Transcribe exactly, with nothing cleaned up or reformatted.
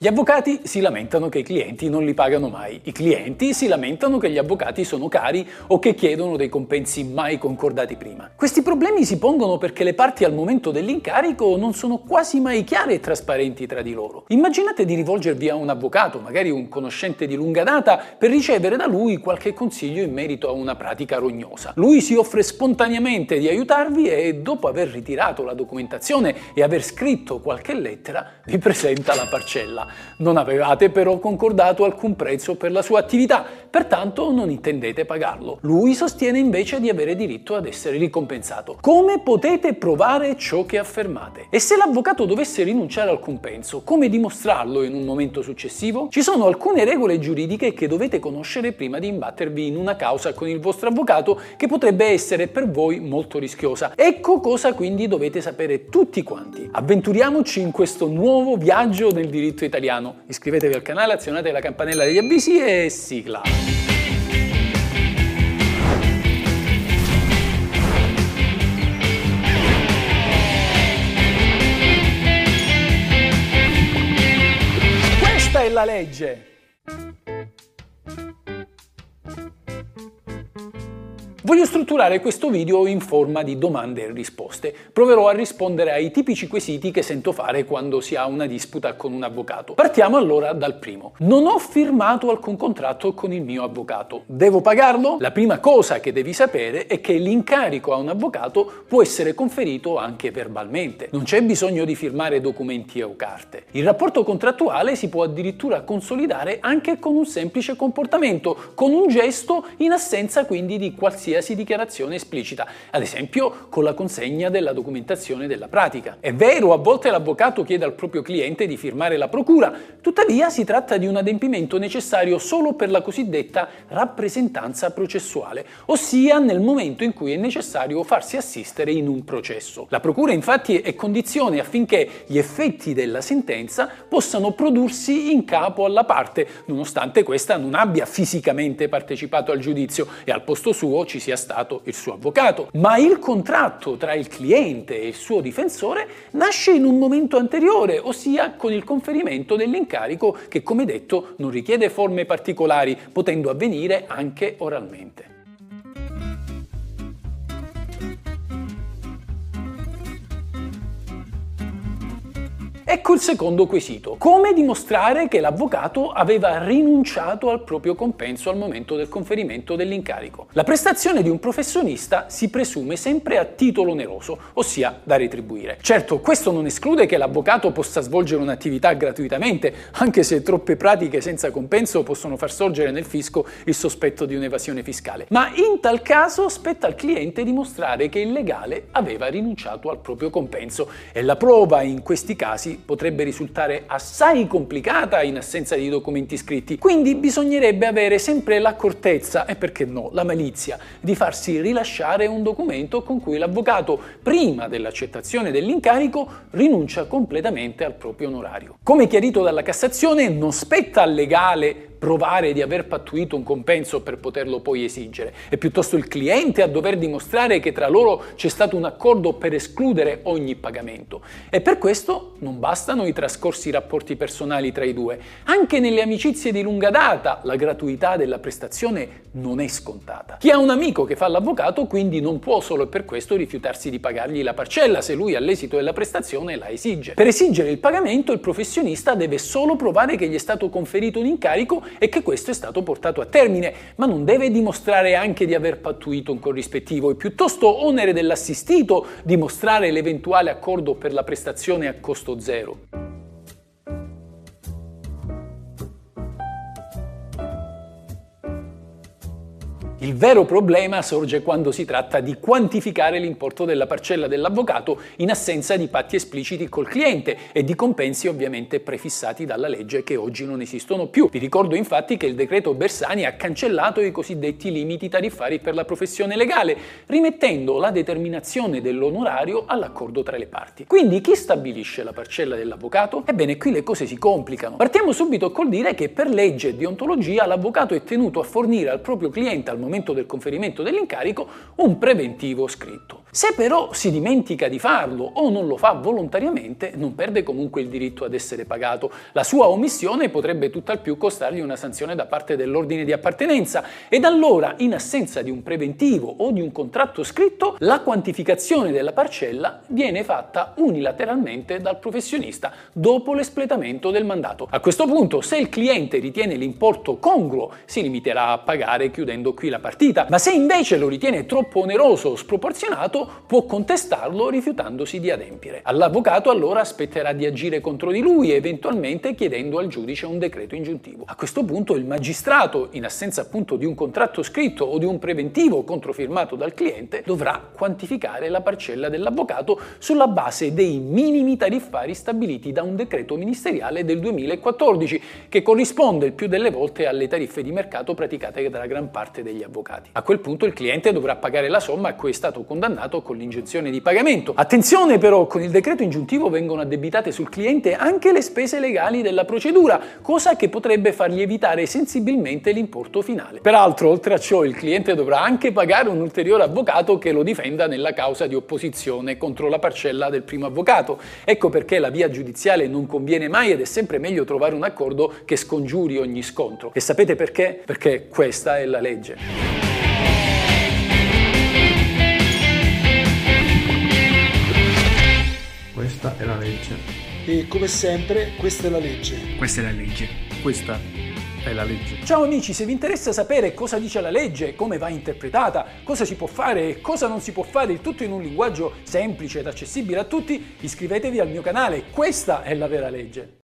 Gli avvocati si lamentano che i clienti non li pagano mai, i clienti si lamentano che gli avvocati sono cari o che chiedono dei compensi mai concordati prima. Questi problemi si pongono perché le parti al momento dell'incarico non sono quasi mai chiare e trasparenti tra di loro. Immaginate di rivolgervi a un avvocato, magari un conoscente di lunga data, per ricevere da lui qualche consiglio in merito a una pratica rognosa. Lui si offre spontaneamente di aiutarvi e dopo aver ritirato la documentazione e aver scritto qualche lettera vi presenta la parcella. Non avevate però concordato alcun prezzo per la sua attività, pertanto non intendete pagarlo. Lui sostiene invece di avere diritto ad essere ricompensato. Come potete provare ciò che affermate? E se l'avvocato dovesse rinunciare al compenso, come dimostrarlo in un momento successivo? Ci sono alcune regole giuridiche che dovete conoscere prima di imbattervi in una causa con il vostro avvocato che potrebbe essere per voi molto rischiosa. Ecco cosa quindi dovete sapere tutti quanti. Avventuriamoci in questo nuovo viaggio nel diritto italiano. Iscrivetevi al canale, azionate la campanella degli avvisi e sigla! Questa è la legge! Voglio strutturare questo video in forma di domande e risposte. Proverò a rispondere ai tipici quesiti che sento fare quando si ha una disputa con un avvocato. Partiamo allora dal primo. Non ho firmato alcun contratto con il mio avvocato. Devo pagarlo? La prima cosa che devi sapere è che l'incarico a un avvocato può essere conferito anche verbalmente. Non c'è bisogno di firmare documenti o carte. Il rapporto contrattuale si può addirittura consolidare anche con un semplice comportamento, con un gesto, in assenza quindi di qualsiasi dichiarazione esplicita, ad esempio con la consegna della documentazione della pratica. È vero, a volte l'avvocato chiede al proprio cliente di firmare la procura, tuttavia si tratta di un adempimento necessario solo per la cosiddetta rappresentanza processuale, ossia nel momento in cui è necessario farsi assistere in un processo. La procura infatti è condizione affinché gli effetti della sentenza possano prodursi in capo alla parte, nonostante questa non abbia fisicamente partecipato al giudizio e al posto suo ci sia stato il suo avvocato. Ma il contratto tra il cliente e il suo difensore nasce in un momento anteriore, ossia con il conferimento dell'incarico che, come detto, non richiede forme particolari, potendo avvenire anche oralmente. Ecco il secondo quesito. Come dimostrare che l'avvocato aveva rinunciato al proprio compenso al momento del conferimento dell'incarico? La prestazione di un professionista si presume sempre a titolo oneroso, ossia da retribuire. Certo, questo non esclude che l'avvocato possa svolgere un'attività gratuitamente, anche se troppe pratiche senza compenso possono far sorgere nel fisco il sospetto di un'evasione fiscale. Ma in tal caso spetta al cliente dimostrare che il legale aveva rinunciato al proprio compenso e la prova in questi casi potrebbe risultare assai complicata in assenza di documenti scritti, quindi bisognerebbe avere sempre l'accortezza e perché no la malizia di farsi rilasciare un documento con cui l'avvocato prima dell'accettazione dell'incarico rinuncia completamente al proprio onorario. Come chiarito dalla Cassazione, non spetta al legale provare di aver pattuito un compenso per poterlo poi esigere, è piuttosto il cliente a dover dimostrare che tra loro c'è stato un accordo per escludere ogni pagamento e per questo non bastano i trascorsi rapporti personali tra i due. Anche nelle amicizie di lunga data la gratuità della prestazione non è scontata. Chi ha un amico che fa l'avvocato quindi non può solo per questo rifiutarsi di pagargli la parcella se lui all'esito della prestazione la esige. Per esigere il pagamento il professionista deve solo provare che gli è stato conferito un incarico e che questo è stato portato a termine, ma non deve dimostrare anche di aver pattuito un corrispettivo. È piuttosto onere dell'assistito dimostrare l'eventuale accordo per la prestazione a costo zero. Il vero problema sorge quando si tratta di quantificare l'importo della parcella dell'avvocato in assenza di patti espliciti col cliente e di compensi ovviamente prefissati dalla legge che oggi non esistono più. Vi ricordo infatti che il decreto Bersani ha cancellato i cosiddetti limiti tariffari per la professione legale, rimettendo la determinazione dell'onorario all'accordo tra le parti. Quindi chi stabilisce la parcella dell'avvocato? Ebbene, qui le cose si complicano. Partiamo subito col dire che per legge e deontologia l'avvocato è tenuto a fornire al proprio cliente al momento momento del conferimento dell'incarico un preventivo scritto. Se però si dimentica di farlo o non lo fa volontariamente, non perde comunque il diritto ad essere pagato. La sua omissione potrebbe tutt'al più costargli una sanzione da parte dell'ordine di appartenenza ed allora, in assenza di un preventivo o di un contratto scritto, la quantificazione della parcella viene fatta unilateralmente dal professionista dopo l'espletamento del mandato. A questo punto, se il cliente ritiene l'importo congruo, si limiterà a pagare chiudendo qui la partita, ma se invece lo ritiene troppo oneroso o sproporzionato, può contestarlo rifiutandosi di adempiere. All'avvocato allora spetterà di agire contro di lui, eventualmente chiedendo al giudice un decreto ingiuntivo. A questo punto il magistrato, in assenza appunto di un contratto scritto o di un preventivo controfirmato dal cliente, dovrà quantificare la parcella dell'avvocato sulla base dei minimi tariffari stabiliti da un decreto ministeriale del duemilaquattordici, che corrisponde il più delle volte alle tariffe di mercato praticate dalla gran parte degli avvocati. A quel punto il cliente dovrà pagare la somma a cui è stato condannato con l'ingiunzione di pagamento. Attenzione però, con il decreto ingiuntivo vengono addebitate sul cliente anche le spese legali della procedura, cosa che potrebbe fargli evitare sensibilmente l'importo finale. Peraltro, oltre a ciò, il cliente dovrà anche pagare un ulteriore avvocato che lo difenda nella causa di opposizione contro la parcella del primo avvocato. Ecco perché la via giudiziale non conviene mai ed è sempre meglio trovare un accordo che scongiuri ogni scontro. E sapete perché? Perché questa è la legge. Questa è la legge. E come sempre, questa è la legge. Questa è la legge. Questa è la legge. Ciao amici, se vi interessa sapere cosa dice la legge, come va interpretata, cosa si può fare e cosa non si può fare, il tutto in un linguaggio semplice ed accessibile a tutti, iscrivetevi al mio canale. Questa è la vera legge.